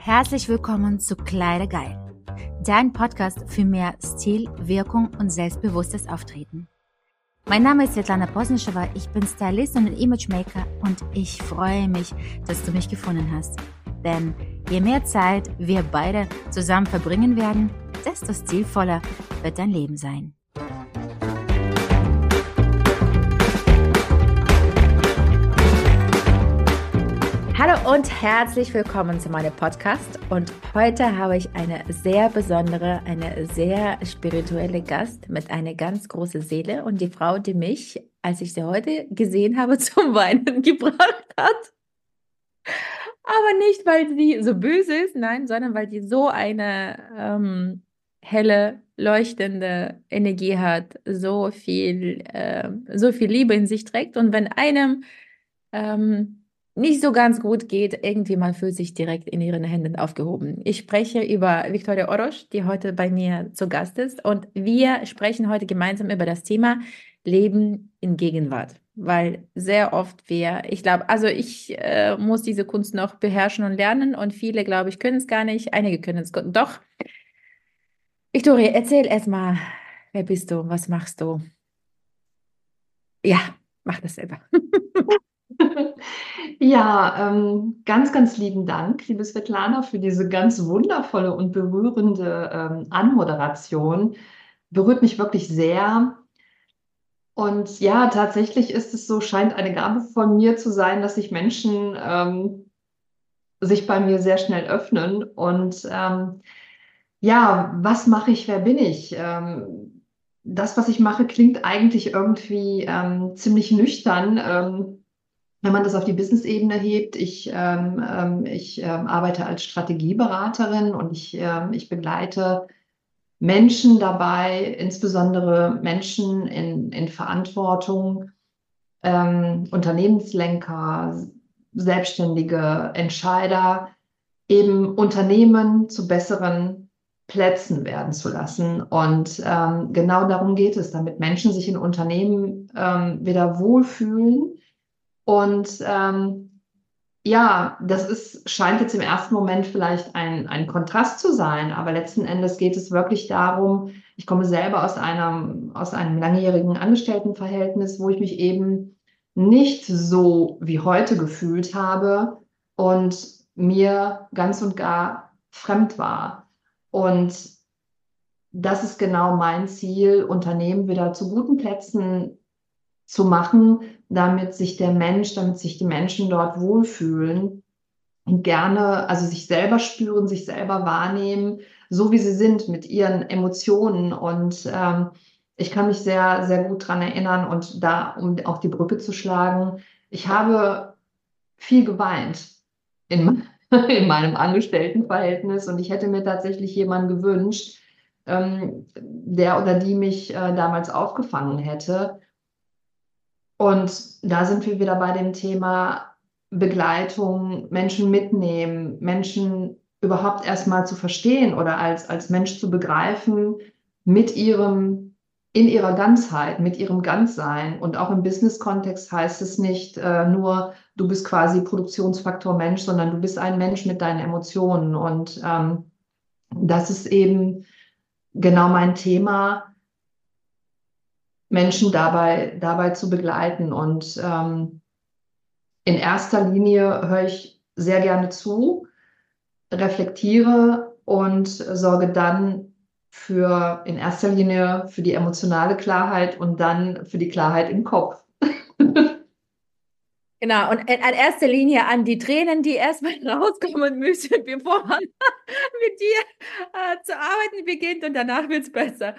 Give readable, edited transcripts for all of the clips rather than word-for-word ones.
Herzlich willkommen zu Kleidergeil, dein Podcast für mehr Stil, Wirkung und selbstbewusstes Auftreten. Mein Name ist Svetlana Posnischewa, ich bin Stylist und Imagemaker und ich freue mich, dass du mich gefunden hast. Denn je mehr Zeit wir beide zusammen verbringen werden, desto stilvoller wird dein Leben sein. Hallo und herzlich willkommen zu meinem Podcast. Und heute habe ich eine sehr besondere, eine sehr spirituelle Gast mit einer ganz großen Seele und die Frau, die mich, als ich sie heute gesehen habe, zum Weinen gebracht hat. Aber nicht, weil sie so böse ist, nein, sondern weil sie so eine helle, leuchtende Energie hat, so viel Liebe in sich trägt. Und wenn einem nicht so ganz gut geht, irgendwie man fühlt sich direkt in ihren Händen aufgehoben. Ich spreche über Victoria Orosz, die heute bei mir zu Gast ist. Und wir sprechen heute gemeinsam über das Thema Leben in Gegenwart. Weil sehr oft ich muss diese Kunst noch beherrschen und lernen und viele, glaube ich, können es gar nicht. Einige können es doch. Victoria, erzähl erstmal, wer bist du, was machst du? Ja, mach das selber. Ja, ganz, ganz lieben Dank, liebe Svetlana, für diese ganz wundervolle und berührende Anmoderation. Berührt mich wirklich sehr. Und ja, tatsächlich ist es so, scheint eine Gabe von mir zu sein, dass sich Menschen sich bei mir sehr schnell öffnen. Und ja, was mache ich, wer bin ich? Das, was ich mache, klingt eigentlich irgendwie ziemlich nüchtern. Wenn man das auf die Business-Ebene hebt, ich arbeite als Strategieberaterin und ich begleite Menschen dabei, insbesondere Menschen in Verantwortung, Unternehmenslenker, selbstständige Entscheider, eben Unternehmen zu besseren Plätzen werden zu lassen. Und genau darum geht es, damit Menschen sich in Unternehmen wieder wohlfühlen und ja, scheint jetzt im ersten Moment vielleicht ein Kontrast zu sein, aber letzten Endes geht es wirklich darum, ich komme selber aus einem langjährigen Angestelltenverhältnis, wo ich mich eben nicht so wie heute gefühlt habe und mir ganz und gar fremd war. Und das ist genau mein Ziel, Unternehmen wieder zu guten Plätzen zu machen, damit sich die Menschen dort wohlfühlen und gerne, also sich selber spüren, sich selber wahrnehmen, so wie sie sind mit ihren Emotionen. Und ich kann mich sehr, sehr gut daran erinnern und da, um auch die Brücke zu schlagen, ich habe viel geweint in, in meinem Angestelltenverhältnis und ich hätte mir tatsächlich jemanden gewünscht, der oder die mich damals aufgefangen hätte. Und da sind wir wieder bei dem Thema Begleitung, Menschen mitnehmen, Menschen überhaupt erstmal zu verstehen oder als Mensch zu begreifen mit in ihrer Ganzheit, mit ihrem Ganzsein. Und auch im Business-Kontext heißt es nicht nur, du bist quasi Produktionsfaktor Mensch, sondern du bist ein Mensch mit deinen Emotionen. Und das ist eben genau mein Thema, Menschen dabei zu begleiten. Und in erster Linie höre ich sehr gerne zu, reflektiere und sorge dann in erster Linie für die emotionale Klarheit und dann für die Klarheit im Kopf. Genau, und in erster Linie an die Tränen, die erstmal rauskommen müssen, bevor man mit dir zu arbeiten beginnt und danach wird es besser.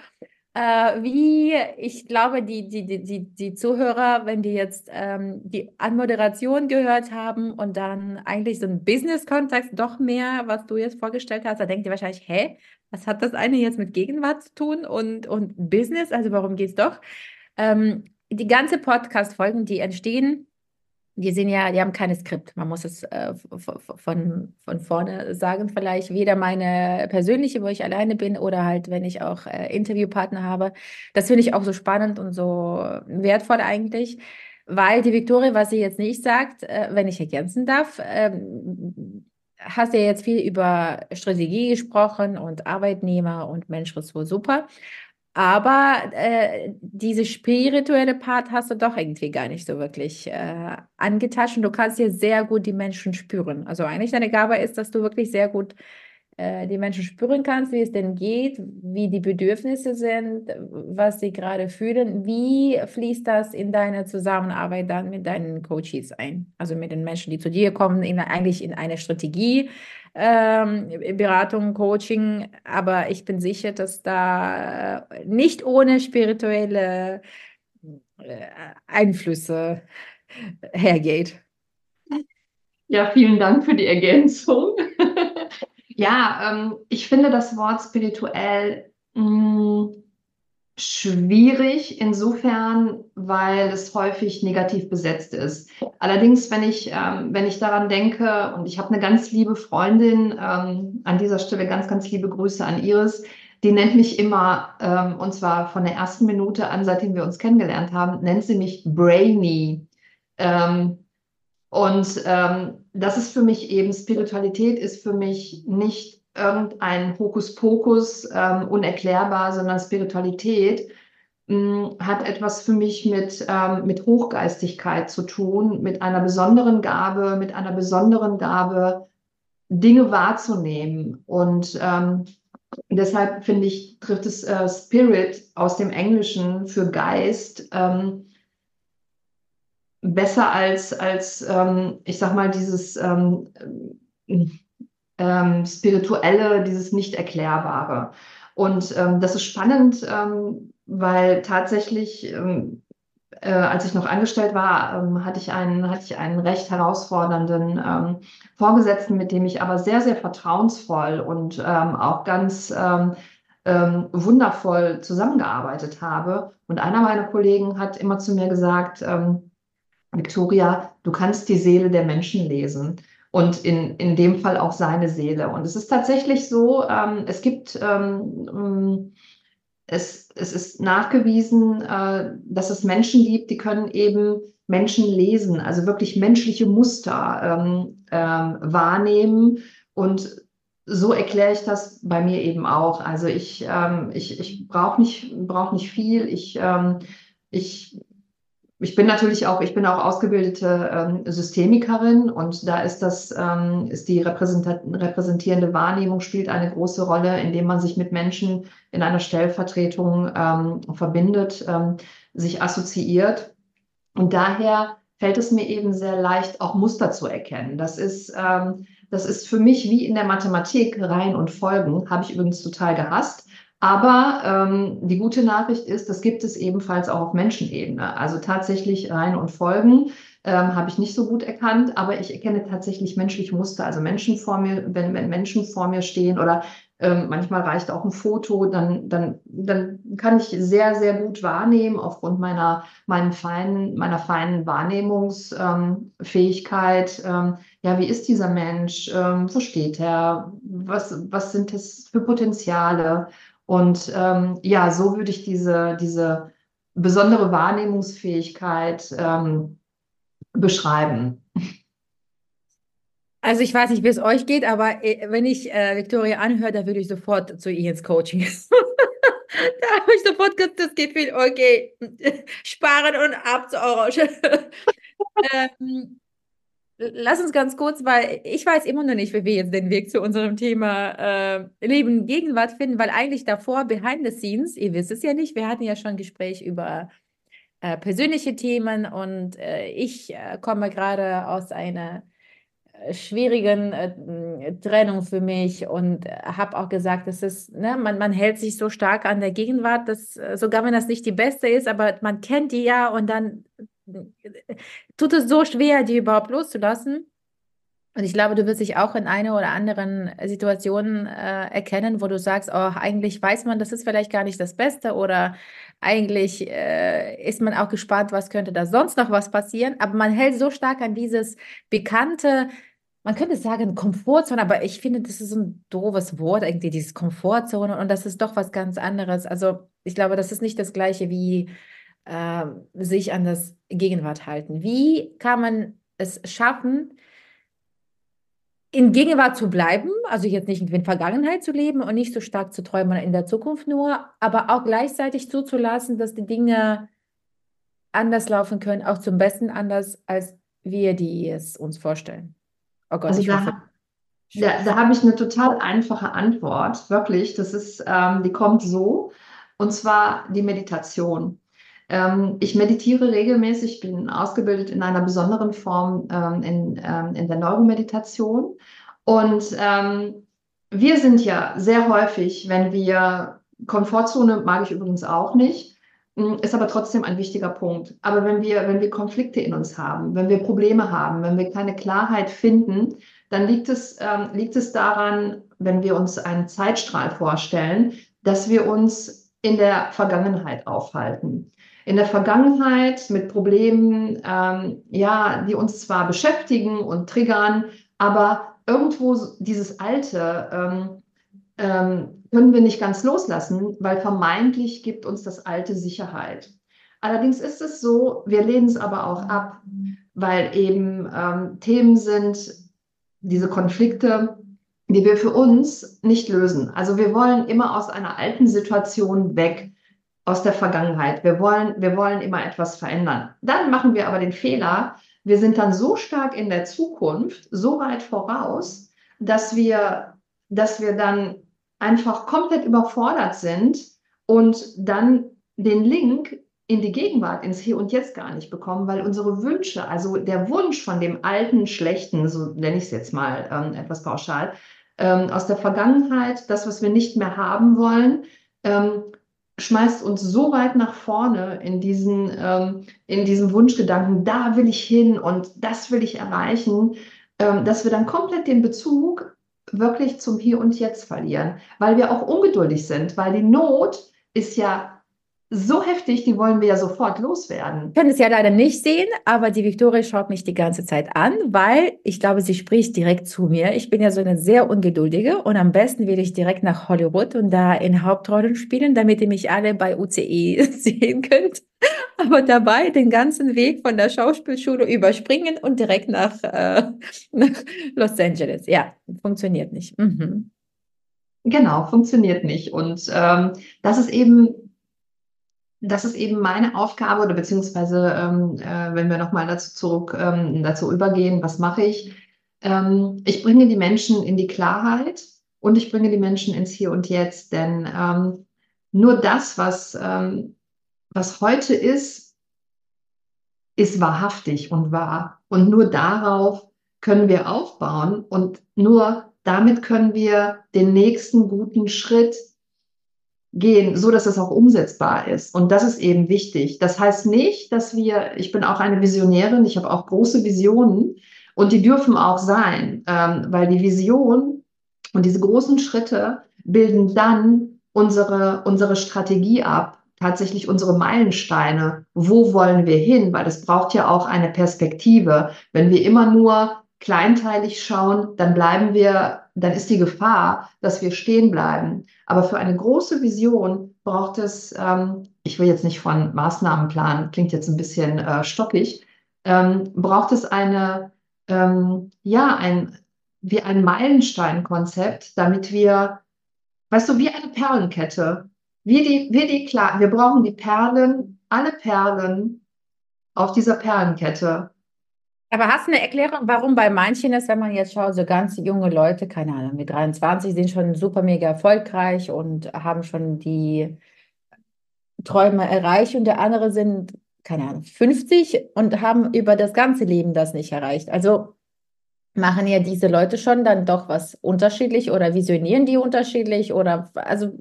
Ich glaube, die Zuhörer, wenn die jetzt die Anmoderation gehört haben und dann eigentlich so einen Business-Kontext doch mehr, was du jetzt vorgestellt hast, da denkt ihr wahrscheinlich, hä, was hat das eine jetzt mit Gegenwart zu tun und Business? Also warum geht's doch? Die ganze Podcast-Folgen, die entstehen, die haben kein Skript. Man muss es von vorne sagen, vielleicht weder meine persönliche, wo ich alleine bin, oder halt, wenn ich auch Interviewpartner habe. Das finde ich auch so spannend und so wertvoll eigentlich, weil die Victoria, was sie jetzt nicht sagt, wenn ich ergänzen darf, hast ja jetzt viel über Strategie gesprochen und Arbeitnehmer und Menschenressource, super. Aber diese spirituelle Part hast du doch irgendwie gar nicht so wirklich angetascht und du kannst ja sehr gut die Menschen spüren. Also eigentlich deine Gabe ist, dass du wirklich sehr gut die Menschen spüren kannst, wie es denn geht, wie die Bedürfnisse sind, was sie gerade fühlen. Wie fließt das in deine Zusammenarbeit dann mit deinen Coaches ein? Also mit den Menschen, die zu dir kommen, eigentlich in eine Strategie, Beratung, Coaching. Aber ich bin sicher, dass da nicht ohne spirituelle äh, Einflüsse hergeht. Ja, vielen Dank für die Ergänzung. Ja, ich finde das Wort spirituell schwierig insofern, weil es häufig negativ besetzt ist. Allerdings, wenn ich daran denke, und ich habe eine ganz liebe Freundin, an dieser Stelle ganz, ganz liebe Grüße an Iris, die nennt mich immer, und zwar von der ersten Minute an, seitdem wir uns kennengelernt haben, nennt sie mich Brainy. Ähm, das ist für mich eben, Spiritualität ist für mich nicht irgendein Hokuspokus, unerklärbar, sondern Spiritualität hat etwas für mich mit Hochgeistigkeit zu tun, mit einer besonderen Gabe, Dinge wahrzunehmen. Deshalb finde ich, trifft es Spirit aus dem Englischen für Geist besser als ich sag mal, dieses Spirituelle, dieses Nicht-Erklärbare. Das ist spannend, weil tatsächlich, als ich noch angestellt war, hatte ich einen recht herausfordernden Vorgesetzten, mit dem ich aber sehr, sehr vertrauensvoll und auch ganz wundervoll zusammengearbeitet habe. Und einer meiner Kollegen hat immer zu mir gesagt, Victoria, du kannst die Seele der Menschen lesen und in dem Fall auch seine Seele. Und es ist tatsächlich so, es ist nachgewiesen, dass es Menschen gibt, die können eben Menschen lesen, also wirklich menschliche Muster wahrnehmen. Und so erkläre ich das bei mir eben auch. Also ich brauch nicht viel. Ich ich bin auch ausgebildete Systemikerin und da ist die repräsentierende Wahrnehmung spielt eine große Rolle, indem man sich mit Menschen in einer Stellvertretung verbindet, sich assoziiert. Und daher fällt es mir eben sehr leicht, auch Muster zu erkennen. Das ist für mich wie in der Mathematik Reihen und Folgen, habe ich übrigens total gehasst. Aber die gute Nachricht ist, das gibt es ebenfalls auch auf Menschenebene. Also tatsächlich Reihen und Folgen habe ich nicht so gut erkannt, aber ich erkenne tatsächlich menschliche Muster. Also Menschen vor mir, wenn Menschen vor mir stehen oder manchmal reicht auch ein Foto, dann kann ich sehr, sehr gut wahrnehmen aufgrund meiner feinen Wahrnehmungsfähigkeit. Ja, wie ist dieser Mensch? Wo steht er? Was sind das für Potenziale? Ja, so würde ich diese besondere Wahrnehmungsfähigkeit beschreiben. Also ich weiß nicht, wie es euch geht, aber wenn ich Victoria anhöre, da würde ich sofort zu ihr ins Coaching. Da habe ich sofort gesagt, das geht viel, okay, sparen und ab zu Euro. ähm, Lass uns ganz kurz, weil ich weiß immer noch nicht, wie wir jetzt den Weg zu unserem Thema Leben Gegenwart finden, weil eigentlich davor, behind the scenes, ihr wisst es ja nicht, wir hatten ja schon ein Gespräch über persönliche Themen und ich komme gerade aus einer schwierigen Trennung für mich und habe auch gesagt, das ist, ne, man hält sich so stark an der Gegenwart, dass sogar wenn das nicht die beste ist, aber man kennt die ja und dann tut es so schwer, die überhaupt loszulassen. Und ich glaube, du wirst dich auch in einer oder anderen Situation erkennen, wo du sagst, oh, eigentlich weiß man, das ist vielleicht gar nicht das Beste oder eigentlich ist man auch gespannt, was könnte da sonst noch was passieren. Aber man hält so stark an dieses bekannte, man könnte sagen Komfortzone, aber ich finde, das ist so ein doofes Wort, irgendwie dieses Komfortzone und das ist doch was ganz anderes. Also ich glaube, das ist nicht das Gleiche wie sich an das Gegenwart halten. Wie kann man es schaffen, in Gegenwart zu bleiben, also jetzt nicht in der Vergangenheit zu leben und nicht so stark zu träumen in der Zukunft nur, aber auch gleichzeitig zuzulassen, dass die Dinge anders laufen können, auch zum Besten anders, als wir die es uns vorstellen. Oh Gott, Also ich hoffe, da habe ich eine total einfache Antwort, wirklich. Die kommt so, und zwar die Meditation. Ich meditiere regelmäßig, bin ausgebildet in einer besonderen Form in der Neuromeditation. Und wir sind ja sehr häufig, wenn wir, Komfortzone mag ich übrigens auch nicht, ist aber trotzdem ein wichtiger Punkt. Aber wenn wir Konflikte in uns haben, wenn wir Probleme haben, wenn wir keine Klarheit finden, dann liegt es daran, wenn wir uns einen Zeitstrahl vorstellen, dass wir uns in der Vergangenheit aufhalten. In der Vergangenheit mit Problemen, ja, die uns zwar beschäftigen und triggern, aber irgendwo dieses Alte können wir nicht ganz loslassen, weil vermeintlich gibt uns das Alte Sicherheit. Allerdings ist es so, wir lehnen es aber auch ab, weil eben Themen sind, diese Konflikte, die wir für uns nicht lösen. Also wir wollen immer aus einer alten Situation weg, aus der Vergangenheit. Wir wollen immer etwas verändern. Dann machen wir aber den Fehler, wir sind dann so stark in der Zukunft, so weit voraus, dass wir dann einfach komplett überfordert sind und dann den Link in die Gegenwart, ins Hier und Jetzt gar nicht bekommen, weil unsere Wünsche, also der Wunsch von dem alten, schlechten, so nenne ich es jetzt mal etwas pauschal, aus der Vergangenheit, das, was wir nicht mehr haben wollen, schmeißt uns so weit nach vorne in diesen Wunschgedanken, da will ich hin und das will ich erreichen, dass wir dann komplett den Bezug wirklich zum Hier und Jetzt verlieren, weil wir auch ungeduldig sind, weil die Not ist ja so heftig, die wollen wir ja sofort loswerden. können es ja leider nicht sehen, aber die Victoria schaut mich die ganze Zeit an, weil ich glaube, sie spricht direkt zu mir. Ich bin ja so eine sehr ungeduldige und am besten will ich direkt nach Hollywood und da in Hauptrollen spielen, damit ihr mich alle bei UCE sehen könnt. Aber dabei den ganzen Weg von der Schauspielschule überspringen und direkt nach Los Angeles. Ja, funktioniert nicht. Mhm. Genau, funktioniert nicht. Und das ist eben meine Aufgabe oder beziehungsweise, wenn wir nochmal dazu übergehen, was mache ich? Ich bringe die Menschen in die Klarheit und ich bringe die Menschen ins Hier und Jetzt, denn nur das, was heute ist wahrhaftig und wahr. Und nur darauf können wir aufbauen und nur damit können wir den nächsten guten Schritt gehen, so dass es auch umsetzbar ist. Und das ist eben wichtig. Das heißt nicht, ich bin auch eine Visionärin, ich habe auch große Visionen und die dürfen auch sein, weil die Vision und diese großen Schritte bilden dann unsere Strategie ab, tatsächlich unsere Meilensteine. Wo wollen wir hin? Weil das braucht ja auch eine Perspektive. Wenn wir immer nur kleinteilig schauen, dann ist die Gefahr, dass wir stehen bleiben. Aber für eine große Vision braucht es, ich will jetzt nicht von Maßnahmenplan, klingt jetzt ein bisschen stockig, braucht es wie ein Meilensteinkonzept, damit wir, weißt du, wie eine Perlenkette, wir brauchen die Perlen, alle Perlen auf dieser Perlenkette. Aber hast du eine Erklärung, warum bei manchen ist, wenn man jetzt schaut, so ganz junge Leute, keine Ahnung, mit 23 sind schon super mega erfolgreich und haben schon die Träume erreicht und der andere sind, keine Ahnung, 50 und haben über das ganze Leben das nicht erreicht. Also machen ja diese Leute schon dann doch was unterschiedlich oder visionieren die unterschiedlich oder also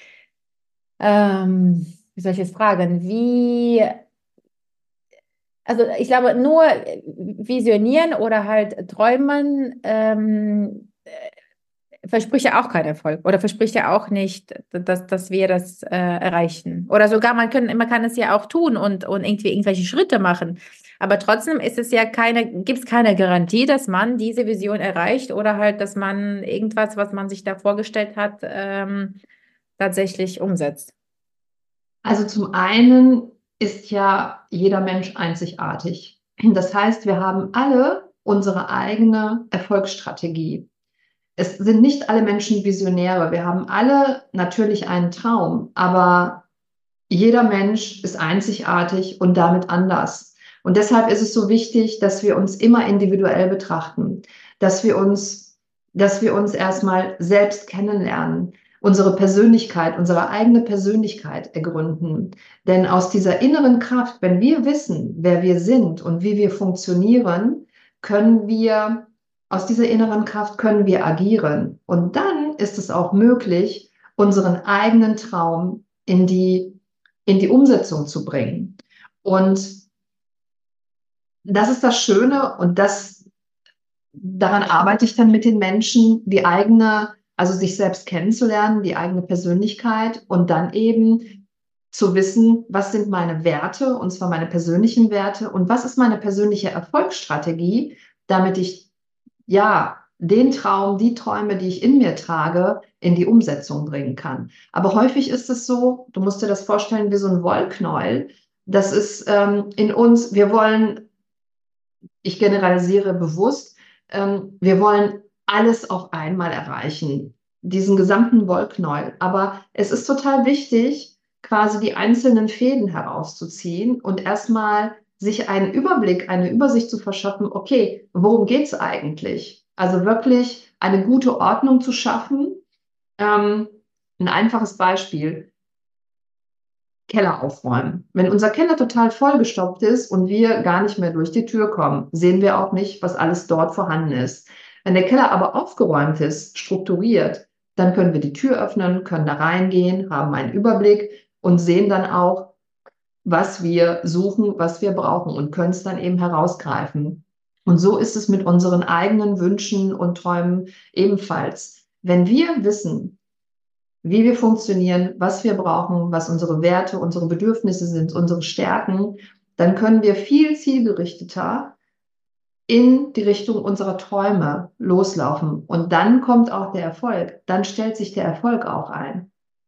wie soll ich jetzt fragen, also ich glaube nur visionieren oder halt träumen verspricht ja auch keinen Erfolg oder verspricht ja auch nicht, dass wir das erreichen. Oder sogar man kann es ja auch tun und irgendwie irgendwelche Schritte machen. Aber trotzdem ist es ja gibt es keine Garantie, dass man diese Vision erreicht oder halt, dass man irgendwas, was man sich da vorgestellt hat, tatsächlich umsetzt. Also zum einen ist ja jeder Mensch einzigartig. Das heißt, wir haben alle unsere eigene Erfolgsstrategie. Es sind nicht alle Menschen Visionäre. Wir haben alle natürlich einen Traum, aber jeder Mensch ist einzigartig und damit anders. Und deshalb ist es so wichtig, dass wir uns immer individuell betrachten, dass wir uns, dass wir uns erstmal selbst kennenlernen, unsere Persönlichkeit, unsere eigene Persönlichkeit ergründen. Denn aus dieser inneren Kraft, wenn wir wissen, wer wir sind und wie wir funktionieren, können wir, aus dieser inneren Kraft können wir agieren. Und dann ist es auch möglich, unseren eigenen Traum in die Umsetzung zu bringen. Und das ist das Schöne und daran arbeite ich dann mit den Menschen, also sich selbst kennenzulernen, die eigene Persönlichkeit und dann eben zu wissen, was sind meine Werte, und zwar meine persönlichen Werte, und was ist meine persönliche Erfolgsstrategie, damit ich ja den Traum, die Träume, die ich in mir trage, in die Umsetzung bringen kann. Aber häufig ist es so, du musst dir das vorstellen wie so ein Wollknäuel. Das ist in uns, ich generalisiere bewusst, wir wollen alles auf einmal erreichen, diesen gesamten Wollknäuel. Aber es ist total wichtig, quasi die einzelnen Fäden herauszuziehen und erstmal sich einen Überblick, eine Übersicht zu verschaffen, okay, worum geht es eigentlich? Also wirklich eine gute Ordnung zu schaffen. Ein einfaches Beispiel. Keller aufräumen. Wenn unser Keller total vollgestopft ist und wir gar nicht mehr durch die Tür kommen, sehen wir auch nicht, was alles dort vorhanden ist. Wenn der Keller aber aufgeräumt ist, strukturiert, dann können wir die Tür öffnen, können da reingehen, haben einen Überblick und sehen dann auch, was wir suchen, was wir brauchen und können es dann eben herausgreifen. Und so ist es mit unseren eigenen Wünschen und Träumen ebenfalls. Wenn wir wissen, wie wir funktionieren, was wir brauchen, was unsere Werte, unsere Bedürfnisse sind, unsere Stärken, dann können wir viel zielgerichteter in die Richtung unserer Träume loslaufen. Und dann kommt auch der Erfolg. Dann stellt sich der Erfolg auch ein.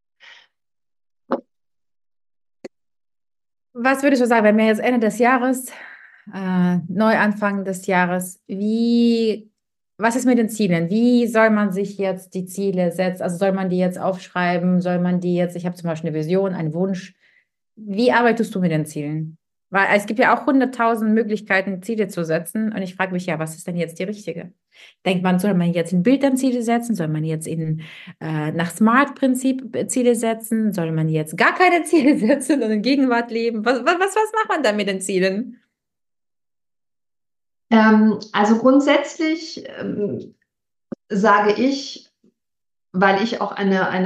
Was würdest du sagen, wenn wir jetzt Ende des Jahres, Neuanfang des Jahres, was ist mit den Zielen? Wie soll man sich jetzt die Ziele setzen? Also soll man die jetzt aufschreiben? Soll man die jetzt, ich habe zum Beispiel eine Vision, einen Wunsch. Wie arbeitest du mit den Zielen? Weil es gibt ja auch 100.000 Möglichkeiten, Ziele zu setzen. Und ich frage mich ja, was ist denn jetzt die richtige? Denkt man, soll man jetzt in Bildern Ziele setzen? Soll man jetzt nach Smart-Prinzip Ziele setzen? Soll man jetzt gar keine Ziele setzen und in Gegenwart leben? Was macht man dann mit den Zielen? Also grundsätzlich sage ich, weil ich auch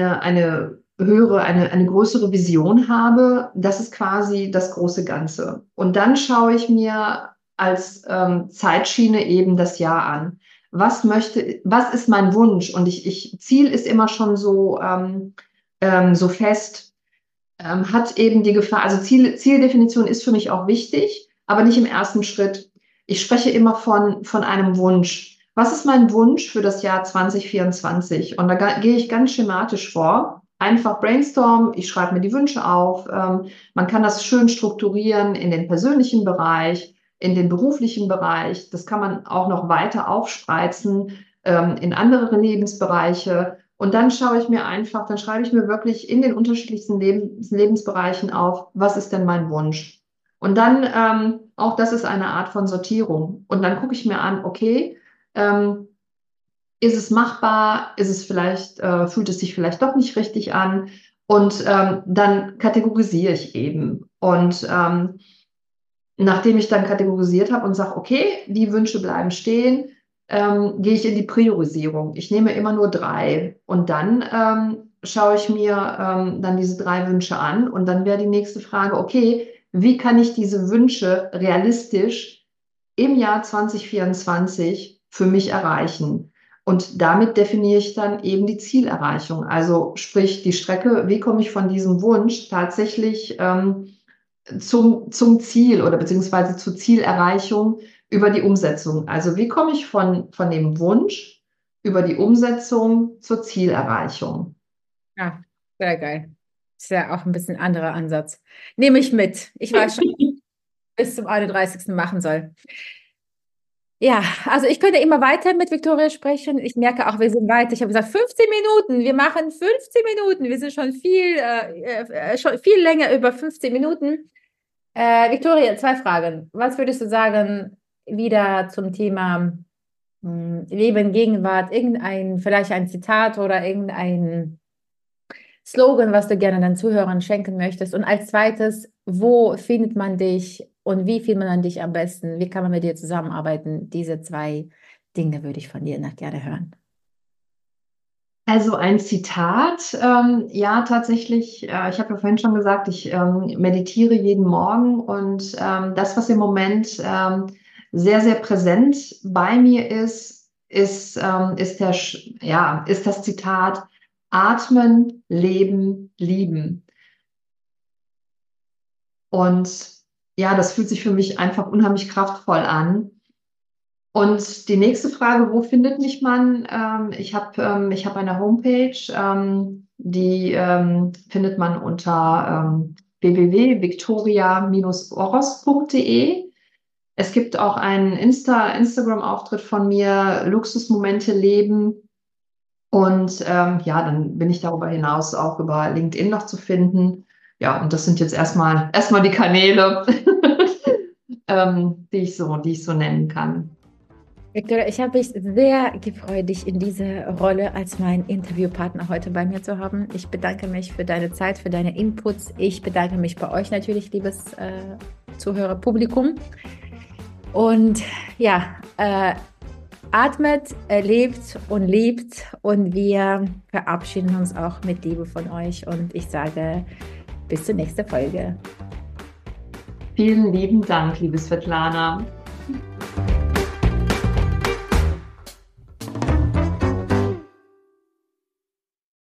eine größere Vision habe, das ist quasi das große Ganze. Und dann schaue ich mir als Zeitschiene eben das Jahr an. Was ist mein Wunsch? Und Ziel ist immer schon so fest, hat eben die Gefahr, also Zieldefinition ist für mich auch wichtig, aber nicht im ersten Schritt. Ich spreche immer von einem Wunsch. Was ist mein Wunsch für das Jahr 2024? Und da gehe ich ganz schematisch vor. Einfach brainstorm, ich schreibe mir die Wünsche auf. Man kann das schön strukturieren in den persönlichen Bereich, in den beruflichen Bereich. Das kann man auch noch weiter aufspreizen in andere Lebensbereiche. Und dann dann schreibe ich mir wirklich in den unterschiedlichsten Lebensbereichen auf, was ist denn mein Wunsch? Und dann, auch das ist eine Art von Sortierung. Und dann gucke ich mir an, okay, ähm, ist es machbar? Fühlt es sich vielleicht doch nicht richtig an? Und dann kategorisiere ich eben. Und nachdem ich dann kategorisiert habe und sage, okay, die Wünsche bleiben stehen, gehe ich in die Priorisierung. Ich nehme immer nur 3 und dann schaue ich mir dann diese 3 Wünsche an und dann wäre die nächste Frage, okay, wie kann ich diese Wünsche realistisch im Jahr 2024 für mich erreichen? Und damit definiere ich dann eben die Zielerreichung. Also sprich die Strecke, wie komme ich von diesem Wunsch tatsächlich zum Ziel oder beziehungsweise zur Zielerreichung über die Umsetzung. Also wie komme ich von dem Wunsch über die Umsetzung zur Zielerreichung? Ja, sehr geil. Ist ja auch ein bisschen anderer Ansatz. Nehme ich mit. Ich weiß schon, bis zum 31. machen soll. Ja, also ich könnte immer weiter mit Victoria sprechen. Ich merke auch, wir sind weiter. Ich habe gesagt, 15 Minuten. Wir machen 15 Minuten. Wir sind schon viel länger über 15 Minuten. Victoria, zwei Fragen. Was würdest du sagen, wieder zum Thema Leben, Gegenwart, vielleicht ein Zitat oder irgendein Slogan, was du gerne deinen Zuhörern schenken möchtest? Und als zweites, wo findet man dich und wie findet man dich am besten? Wie kann man mit dir zusammenarbeiten? Diese zwei Dinge würde ich von dir noch gerne hören. Also ein Zitat, ja, tatsächlich, ich habe ja vorhin schon gesagt, ich meditiere jeden Morgen und das, was im Moment sehr, sehr präsent bei mir ist das Zitat Atmen, Leben, Lieben. Und ja, das fühlt sich für mich einfach unheimlich kraftvoll an. Und die nächste Frage, wo findet mich man? Ich hab eine Homepage, die findet man unter www.victoria-oros.de. Es gibt auch einen Instagram-Auftritt von mir, Luxusmomente leben. Und ja, dann bin ich darüber hinaus auch über LinkedIn noch zu finden. Ja, und das sind jetzt erstmal die Kanäle, die ich so nennen kann. Victoria, ich habe mich sehr gefreut, dich in dieser Rolle als mein Interviewpartner heute bei mir zu haben. Ich bedanke mich für deine Zeit, für deine Inputs. Ich bedanke mich bei euch natürlich, liebes Zuhörerpublikum. Und ja, atmet, lebt und liebt und wir verabschieden uns auch mit Liebe von euch und ich sage bis zur nächsten Folge. Vielen lieben Dank, liebe Svetlana.